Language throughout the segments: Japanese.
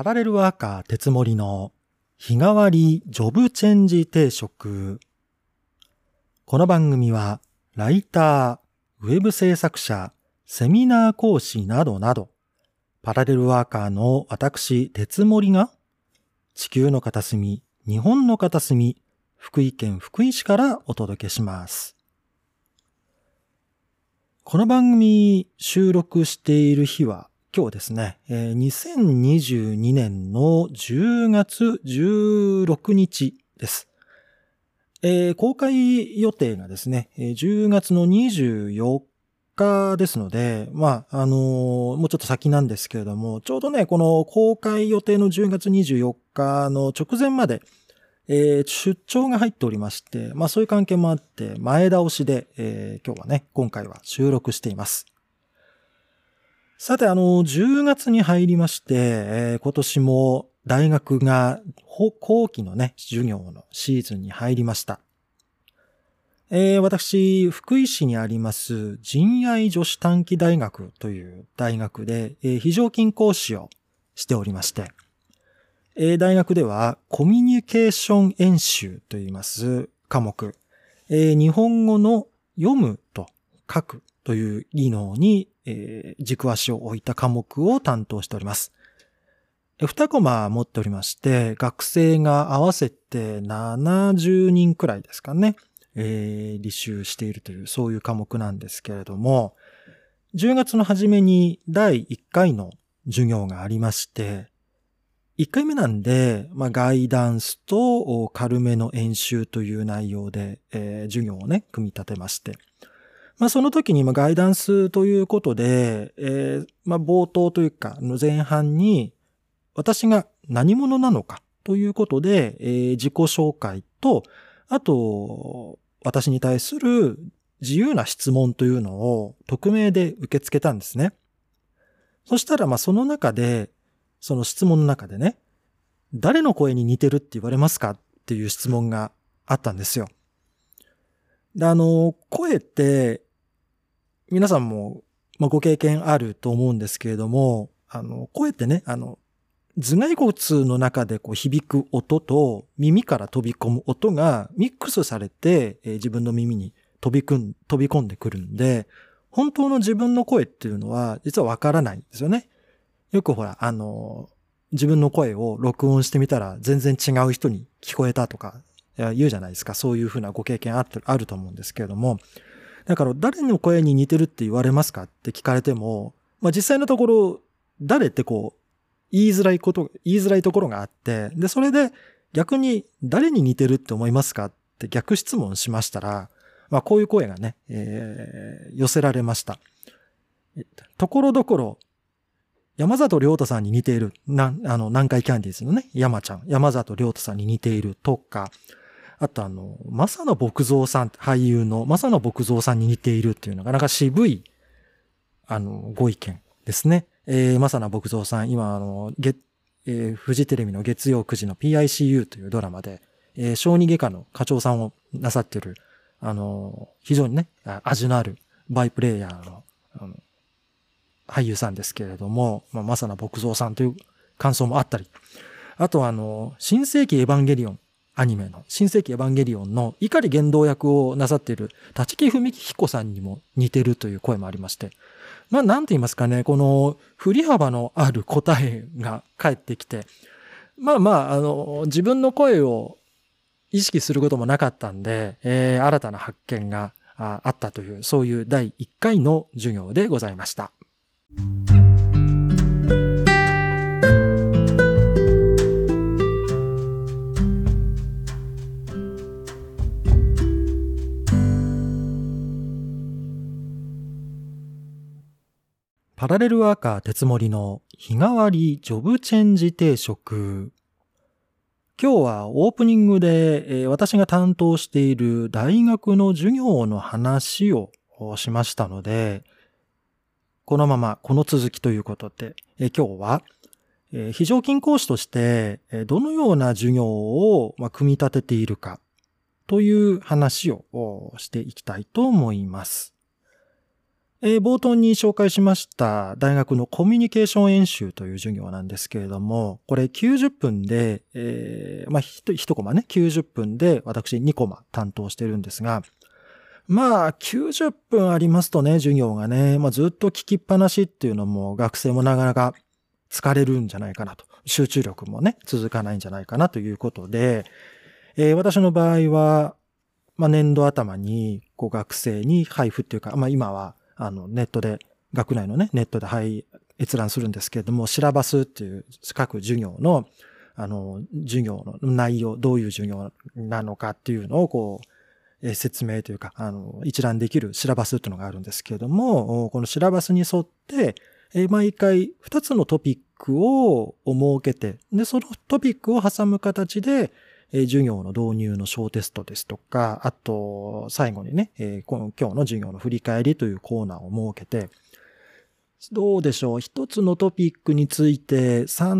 パラレルワーカー鉄森の日替わりジョブチェンジ定食。この番組はライター、ウェブ制作者、セミナー講師などなどパラレルワーカーの私鉄森が地球の片隅、日本の片隅、福井県福井市からお届けします。この番組収録している日は今日ですね、2022年の10月16日です。公開予定がですね、10月の24日ですので、もうちょっと先なんですけれども、ちょうどね、この公開予定の10月24日の直前まで、出張が入っておりまして、そういう関係もあって前倒しで、今回は収録しています。さて、10月に入りまして、今年も大学が後期のね、授業のシーズンに入りました。私、福井市にあります仁愛女子短期大学という大学で、非常勤講師をしておりまして、大学ではコミュニケーション演習といいます科目、日本語の読むと書くという技能に、軸足を置いた科目を担当しております。2コマ持っておりまして、学生が合わせて70人くらいですかね、履修しているというそういう科目なんですけれども、10月の初めに第1回の授業がありまして、1回目なんで、ガイダンスと軽めの演習という内容で、授業をね、組み立てまして。その時にガイダンスということで、冒頭というか、前半に私が何者なのかということで、自己紹介と、あと、私に対する自由な質問というのを匿名で受け付けたんですね。そしたら、その中で、その質問の中でね、誰の声に似てるって言われますかっていう質問があったんですよ。で、声って、皆さんも、ご経験あると思うんですけれども、声ってね、頭蓋骨の中で響く音と耳から飛び込む音がミックスされて、自分の耳に飛び込んでくるんで、本当の自分の声っていうのは実はわからないんですよね。よくほら、自分の声を録音してみたら全然違う人に聞こえたとか言うじゃないですか。そういうふうなご経験あると思うんですけれども。だから誰の声に似てるって言われますかって聞かれても、実際のところ誰って言いづらいところがあって、で、それで逆に誰に似てるって思いますかって逆質問しましたら、こういう声がね、寄せられました。ところどころ、山里亮太さんに似ている。南海キャンディーズのね、山里亮太さんに似ているとか、あと正野牧蔵さん、俳優の正野牧蔵さんに似ているっていうのがなかなか渋い、ご意見ですね。正野牧蔵さん、今フジテレビの月曜9時の PICU というドラマで、小児外科の課長さんをなさっている、非常にね、味のあるバイプレイヤーの、俳優さんですけれども、正野牧蔵さんという感想もあったり、あと新世紀エヴァンゲリオン、アニメの新世紀エヴァンゲリオンの碇玄道役をなさっている立木文彦さんにも似てるという声もありまして、なんて言いますかね、この振り幅のある答えが返ってきて、自分の声を意識することもなかったんで、新たな発見があったという、そういう第1回の授業でございました。パラレルワーカー鉄森の日替わりジョブチェンジ定食。今日はオープニングで、私が担当している大学の授業の話をしましたので、このままこの続きということで、今日は非常勤講師としてどのような授業を組み立てているかという話をしていきたいと思います。 冒頭に紹介しました大学のコミュニケーション演習という授業なんですけれども、これ90分で、1コマね、90分で私2コマ担当してるんですが、90分ありますとね、授業がね、ずっと聞きっぱなしっていうのも学生もなかなか疲れるんじゃないかなと。集中力もね、続かないんじゃないかなということで、私の場合は、年度頭に学生に配布っていうか、今はネットで、学内のね、ネットで閲覧するんですけれども、シラバスっていう各授業の、授業の内容、どういう授業なのかっていうのを説明というか、一覧できるシラバスっていうのがあるんですけれども、このシラバスに沿って、毎回2つのトピックを設けて、で、そのトピックを挟む形で、授業の導入の小テストですとか、あと、最後にね、今日の授業の振り返りというコーナーを設けて、どうでしょう、一つのトピックについて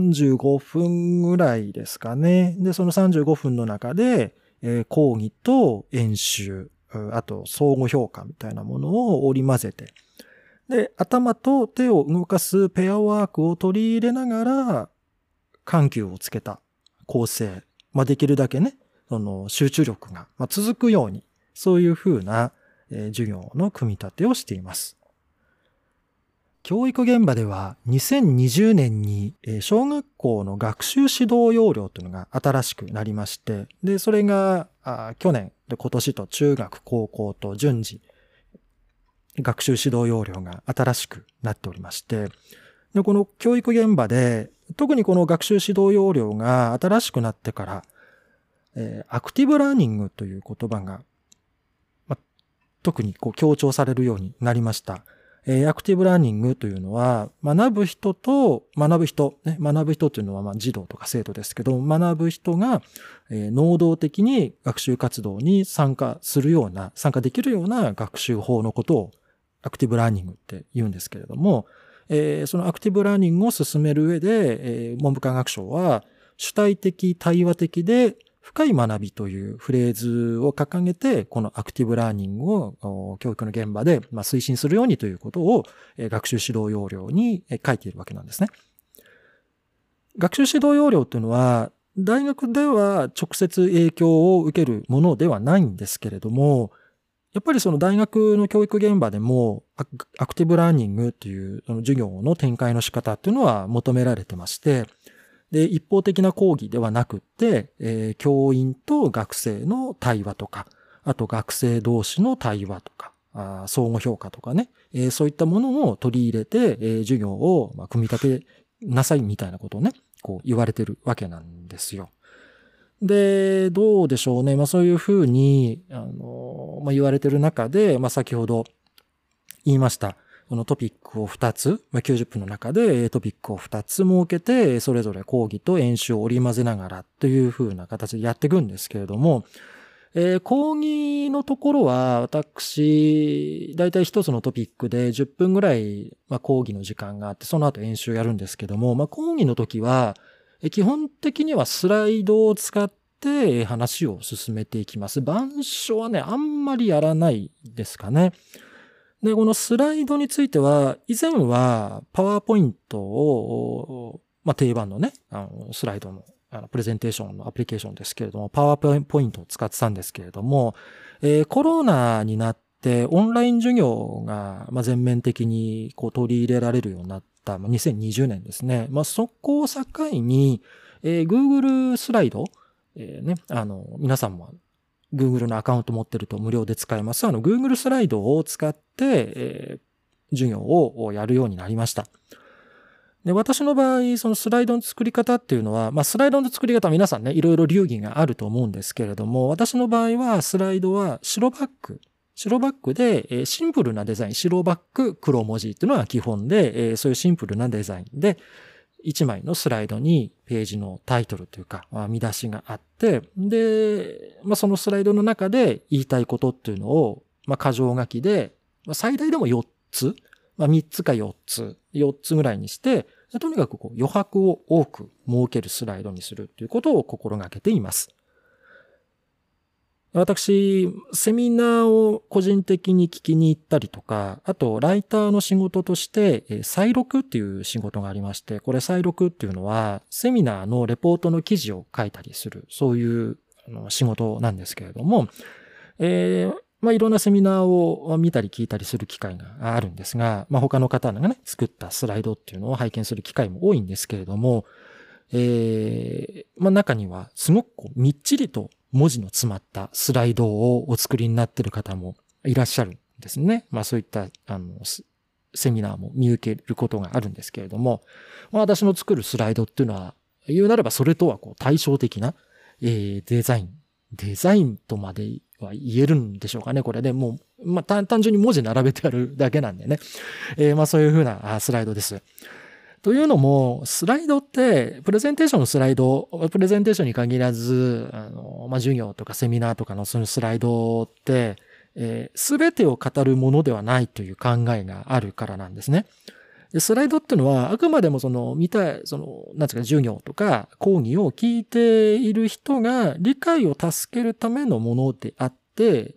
35分ぐらいですかね。で、その35分の中で、講義と演習、あと相互評価みたいなものを織り交ぜて、で、頭と手を動かすペアワークを取り入れながら、緩急をつけた構成、できるだけね、その集中力が続くように、そういうふうな授業の組み立てをしています。教育現場では2020年に小学校の学習指導要領というのが新しくなりまして、で、それが去年で今年と中学、高校と順次学習指導要領が新しくなっておりまして、で、この教育現場で特にこの学習指導要領が新しくなってから、アクティブラーニングという言葉が、特に強調されるようになりました。アクティブラーニングというのは、学ぶ人というのは児童とか生徒ですけど、学ぶ人が能動的に学習活動に参加できるような学習法のことをアクティブラーニングって言うんですけれども、そのアクティブラーニングを進める上で、文部科学省は主体的対話的で深い学びというフレーズを掲げて、このアクティブラーニングを教育の現場で推進するようにということを学習指導要領に書いているわけなんですね。学習指導要領というのは、大学では直接影響を受けるものではないんですけれども、やっぱりその大学の教育現場でもアクティブラーニングという授業の展開の仕方っていうのは求められてまして、で、一方的な講義ではなくって、教員と学生の対話とか、あと学生同士の対話とか、相互評価とかね、そういったものを取り入れて、授業を組み立てなさいみたいなことをね、言われてるわけなんですよ。で、どうでしょうね。そういうふうに、言われてる中で、先ほど言いました。このトピックを2つ、90分の中でトピックを2つ設けて、それぞれ講義と演習を織り交ぜながらというふうな形でやっていくんですけれども、講義のところは私、だいたい1つのトピックで10分ぐらい、講義の時間があって、その後演習やるんですけども、講義の時は、基本的にはスライドを使って話を進めていきます。板書はね、あんまりやらないですかね。で、このスライドについては、以前はパワーポイントを、定番のね、スライドのプレゼンテーションのアプリケーションですけれども、パワーポイントを使ってたんですけれども、コロナになってオンライン授業が全面的に取り入れられるようになった2020年ですね。そこを境に、Google スライド、皆さんもGoogle のアカウント持ってると無料で使えます。Google スライドを使って、授業をやるようになりました。で、私の場合、そのスライドの作り方っていうのは、スライドの作り方は皆さんね、いろいろ流儀があると思うんですけれども、私の場合はスライドは白バックでシンプルなデザイン、白バック、黒文字っていうのが基本で、そういうシンプルなデザインで、1枚のスライドにページのタイトルというか、見出しがあって、で、そのスライドの中で言いたいことっていうのを、箇条書きで、最大でも4つ、3つか4つぐらいにして、とにかく余白を多く設けるスライドにするということを心がけています。 私、セミナーを個人的に聞きに行ったりとか、あと、ライターの仕事として、再録っていう仕事がありまして、これ再録っていうのは、セミナーのレポートの記事を書いたりする、そういう仕事なんですけれども、いろんなセミナーを見たり聞いたりする機会があるんですが、他の方がね、作ったスライドっていうのを拝見する機会も多いんですけれども、中にはすごくみっちりと文字の詰まったスライドをお作りになっている方もいらっしゃるんですね。そういったセミナーも見受けることがあるんですけれども、私の作るスライドっていうのは、言うなればそれとは対照的な、デザインとまでは言えるんでしょうかね。これでもう、単純に文字並べてあるだけなんでね。そういうふうなスライドです。というのも、スライドって、プレゼンテーションのスライド、プレゼンテーションに限らず、授業とかセミナーとかのそのスライドって、すべてを語るものではないという考えがあるからなんですね。でスライドっていうのは、あくまでもなんですか、授業とか講義を聞いている人が理解を助けるためのものであって、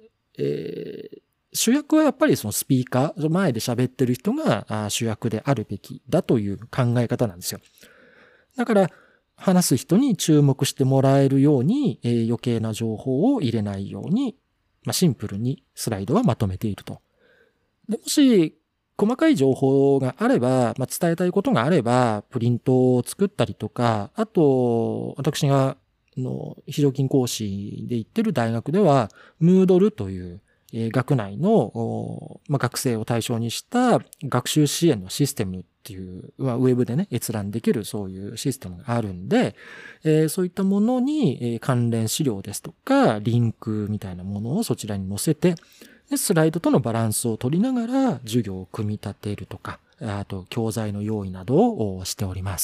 主役はやっぱりそのスピーカー、前で喋ってる人が主役であるべきだという考え方なんですよ。だから、話す人に注目してもらえるように、余計な情報を入れないように、シンプルにスライドはまとめていると。でもし、細かい情報があれば、伝えたいことがあれば、プリントを作ったりとか、あと、私が、非常勤講師で行ってる大学では、ムードルという、学内の、学生を対象にした学習支援のシステムっていう、ウェブでね、閲覧できるそういうシステムがあるんで、そういったものに関連資料ですとか、リンクみたいなものをそちらに載せて、スライドとのバランスを取りながら授業を組み立てるとか、あと教材の用意などをしております。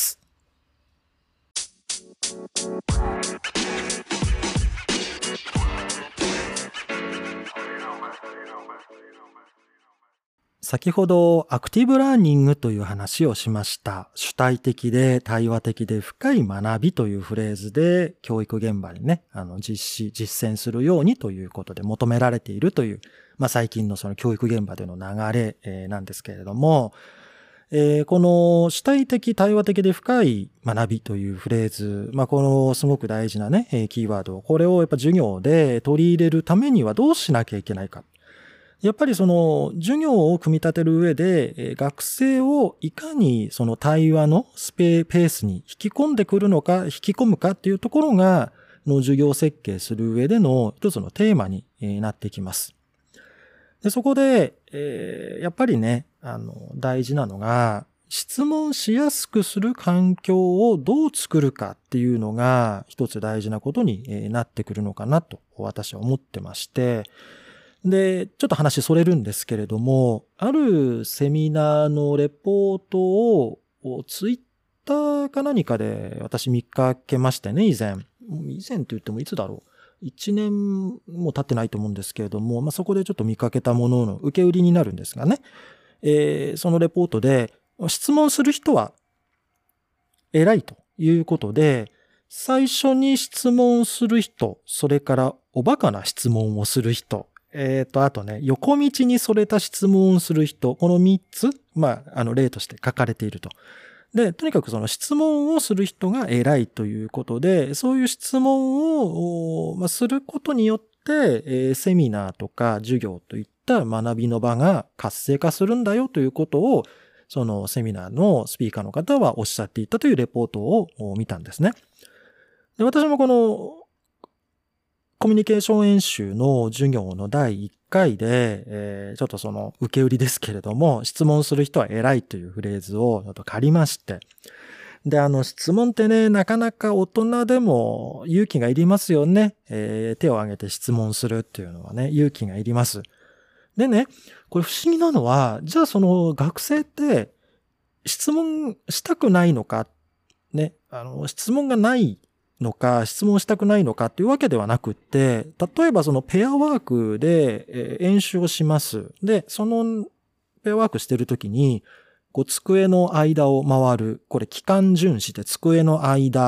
先ほどアクティブラーニングという話をしました。主体的で対話的で深い学びというフレーズで教育現場にね、実践するようにということで求められているという、最近のその教育現場での流れなんですけれども、この主体的対話的で深い学びというフレーズ、このすごく大事なね、キーワード、これをやっぱ授業で取り入れるためにはどうしなきゃいけないか。やっぱりその授業を組み立てる上で、学生をいかにその対話のペースに引き込んでくるのか、引き込むかっていうところが、授業設計する上での一つのテーマになってきます。でそこで、やっぱりね、大事なのが、質問しやすくする環境をどう作るかっていうのが一つ大事なことになってくるのかなと私は思ってまして、で、ちょっと話それるんですけれども、あるセミナーのレポートをツイッターか何かで私見かけましてね、以前って言ってもいつだろう。1年も経ってないと思うんですけれども、そこでちょっと見かけたものの受け売りになるんですがね、そのレポートで質問する人は偉いということで、最初に質問する人、それからおバカな質問をする人、あとね、横道にそれた質問をする人、この3つ、例として書かれていると。で、とにかくその質問をする人が偉いということで、そういう質問をすることによって、セミナーとか授業といった学びの場が活性化するんだよということを、そのセミナーのスピーカーの方はおっしゃっていたというレポートを見たんですね。で、私もこのコミュニケーション演習の授業の第1回で、ちょっとその受け売りですけれども、質問する人は偉いというフレーズをちょっと借りまして、で、質問ってね、なかなか大人でも勇気がいりますよね。手を挙げて質問するっていうのはね、勇気がいります。でね、これ不思議なのは、じゃあその学生って質問したくないのか、ね、質問がないのか、質問したくないのかっていうわけではなくって、例えばそのペアワークで演習をします。で、そのペアワークしてるときに、机の間を回る。これ、期間巡視で机の間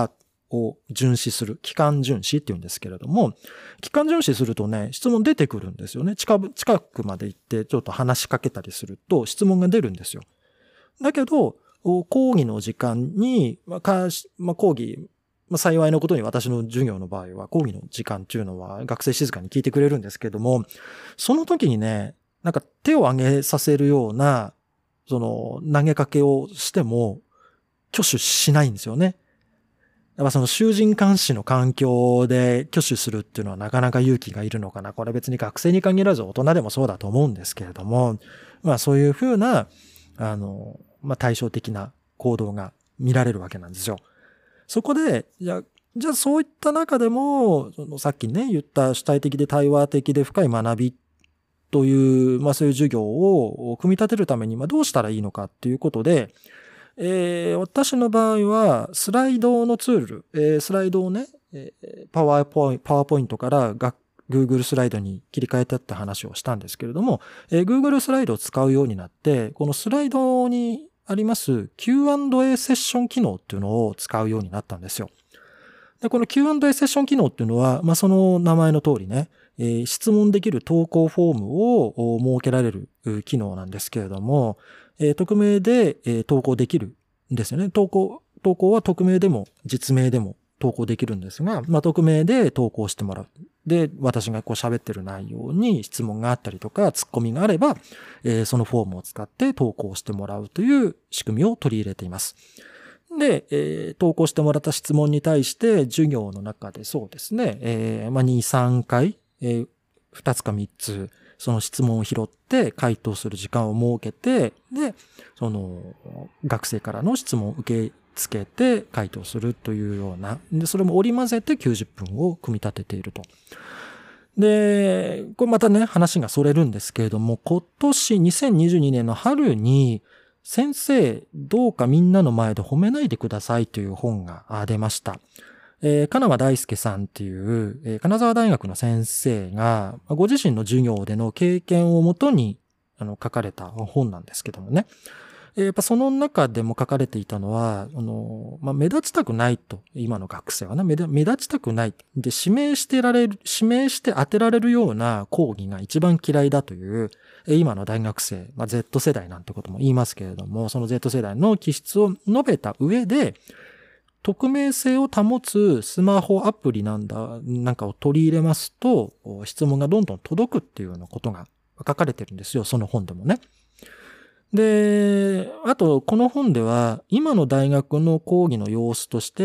を巡視する、期間巡視って言うんですけれども、期間巡視するとね、質問出てくるんですよね。近くまで行ってちょっと話しかけたりすると質問が出るんですよ。だけど、講義の時間に、講義、幸いのことに私の授業の場合は講義の時間っていうのは学生静かに聞いてくれるんですけども、その時にね、なんか手を挙げさせるような、投げかけをしても挙手しないんですよね。やっぱ囚人監視の環境で挙手するっていうのはなかなか勇気がいるのかな。これ別に学生に限らず大人でもそうだと思うんですけれども、そういうふうな、対照的な行動が見られるわけなんですよ。そこで、じゃあそういった中でも、さっきね、言った主体的で対話的で深い学びという、そういう授業を組み立てるために、どうしたらいいのかっていうことで、私の場合は、スライドのツール、スライドをね、パワーポイントからGoogle スライドに切り替えたって話をしたんですけれども、Google スライドを使うようになって、このスライドにあります Q&A セッション機能っていうのを使うようになったんですよ。で、この Q&A セッション機能っていうのは、その名前の通りね、質問できる投稿フォームを設けられる機能なんですけれども、匿名で投稿できるんですよね。投稿は匿名でも実名でも投稿できるんですが、匿名で投稿してもらう。で、私が喋ってる内容に質問があったりとか、ツッコミがあれば、そのフォームを使って投稿してもらうという仕組みを取り入れています。で、投稿してもらった質問に対して、授業の中でそうですね、2、3回、2つか3つ、その質問を拾って回答する時間を設けて、で、学生からの質問を受け付けて回答するというような、で、それも織り交ぜて90分を組み立てていると。で、これまたね、話がそれるんですけれども、今年2022年の春に、先生、どうかみんなの前で褒めないでくださいという本が出ました。金間大輔さんっていう、金沢大学の先生が、ご自身の授業での経験をもとに書かれた本なんですけどもね。やっぱその中でも書かれていたのは、目立ちたくないと、今の学生はね、目立ちたくない。で、指名して当てられるような講義が一番嫌いだという、今の大学生、Z 世代なんてことも言いますけれども、その Z 世代の気質を述べた上で、匿名性を保つスマホアプリなんかを取り入れますと、質問がどんどん届くっていうようなことが書かれてるんですよ、その本でもね。で、あと、この本では、今の大学の講義の様子として、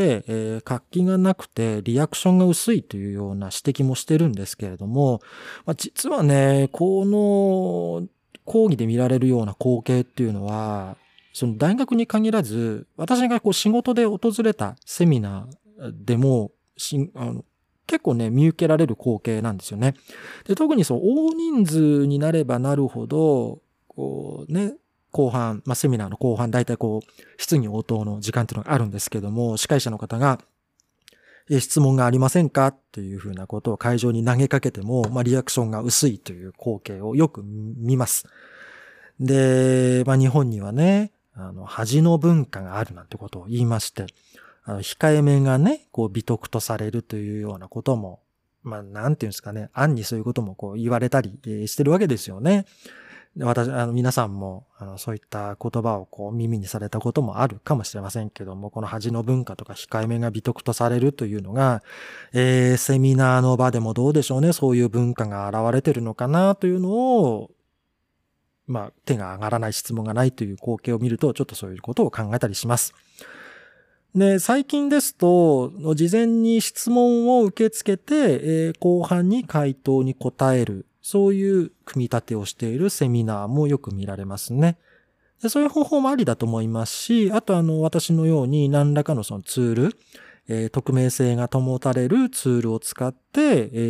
活気がなくてリアクションが薄いというような指摘もしてるんですけれども、実はね、この講義で見られるような光景っていうのは、その大学に限らず、私が仕事で訪れたセミナーでも、結構ね、見受けられる光景なんですよね。で、特に大人数になればなるほど、後半、セミナーの後半、だいたい質疑応答の時間っていうのがあるんですけども、司会者の方が、質問がありませんかっていうふうなことを会場に投げかけても、リアクションが薄いという光景をよく見ます。で、日本にはね、恥の文化があるなんてことを言いまして、控えめがね、美徳とされるというようなことも、なんていうんですかね、暗にそういうことも言われたりしてるわけですよね。皆さんも、そういった言葉を耳にされたこともあるかもしれませんけども、この恥の文化とか控えめが美徳とされるというのが、セミナーの場でもどうでしょうね、そういう文化が現れてるのかなというのを、手が上がらない質問がないという光景を見ると、ちょっとそういうことを考えたりします。で、最近ですと、事前に質問を受け付けて、後半に回答に答える、そういう組み立てをしているセミナーもよく見られますね。で、そういう方法もありだと思いますし、あと私のように何らかのそのツール、匿名性が保たれるツールを使って、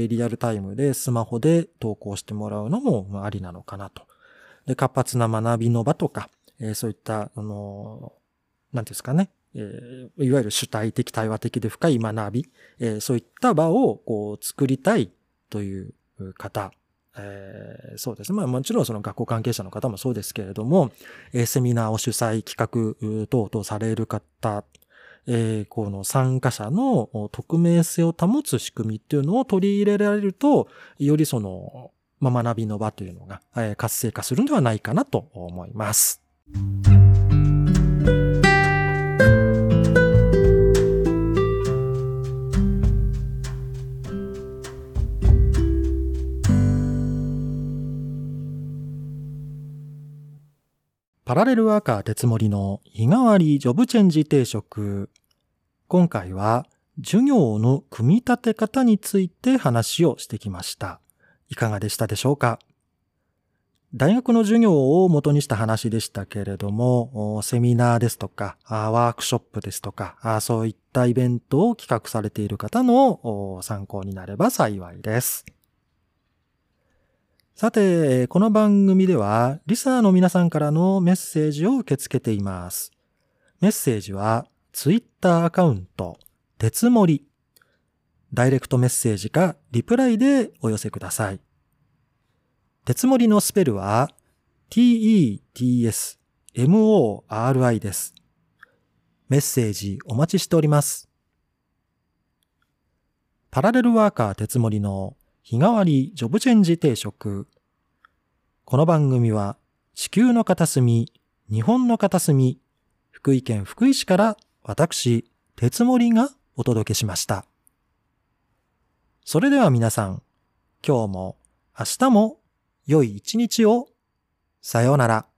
リアルタイムでスマホで投稿してもらうのもありなのかなと。で、活発な学びの場とか、そういった、なんていうんですかね、いわゆる主体的、対話的で深い学び、そういった場を作りたいという方、そうですね。もちろんその学校関係者の方もそうですけれども、セミナーを主催、企画等々される方、 この参加者の匿名性を保つ仕組みっていうのを取り入れられると、より学びの場というのが、活性化するんではないかなと思います。パラレルワーカー鉄森の日替わりジョブチェンジ定食。今回は授業の組み立て方について話をしてきました。いかがでしたでしょうか？大学の授業を元にした話でしたけれども、セミナーですとか、ワークショップですとか、そういったイベントを企画されている方の参考になれば幸いです。さて、この番組ではリスナーの皆さんからのメッセージを受け付けています。メッセージはツイッターアカウント鉄森、ダイレクトメッセージかリプライでお寄せください。鉄森のスペルは TETSMORI です。メッセージお待ちしております。パラレルワーカー鉄森の日替わりジョブチェンジ定食。この番組は地球の片隅、日本の片隅、福井県福井市から私、鉄森がお届けしました。それでは皆さん、今日も明日も良い一日を。さようなら。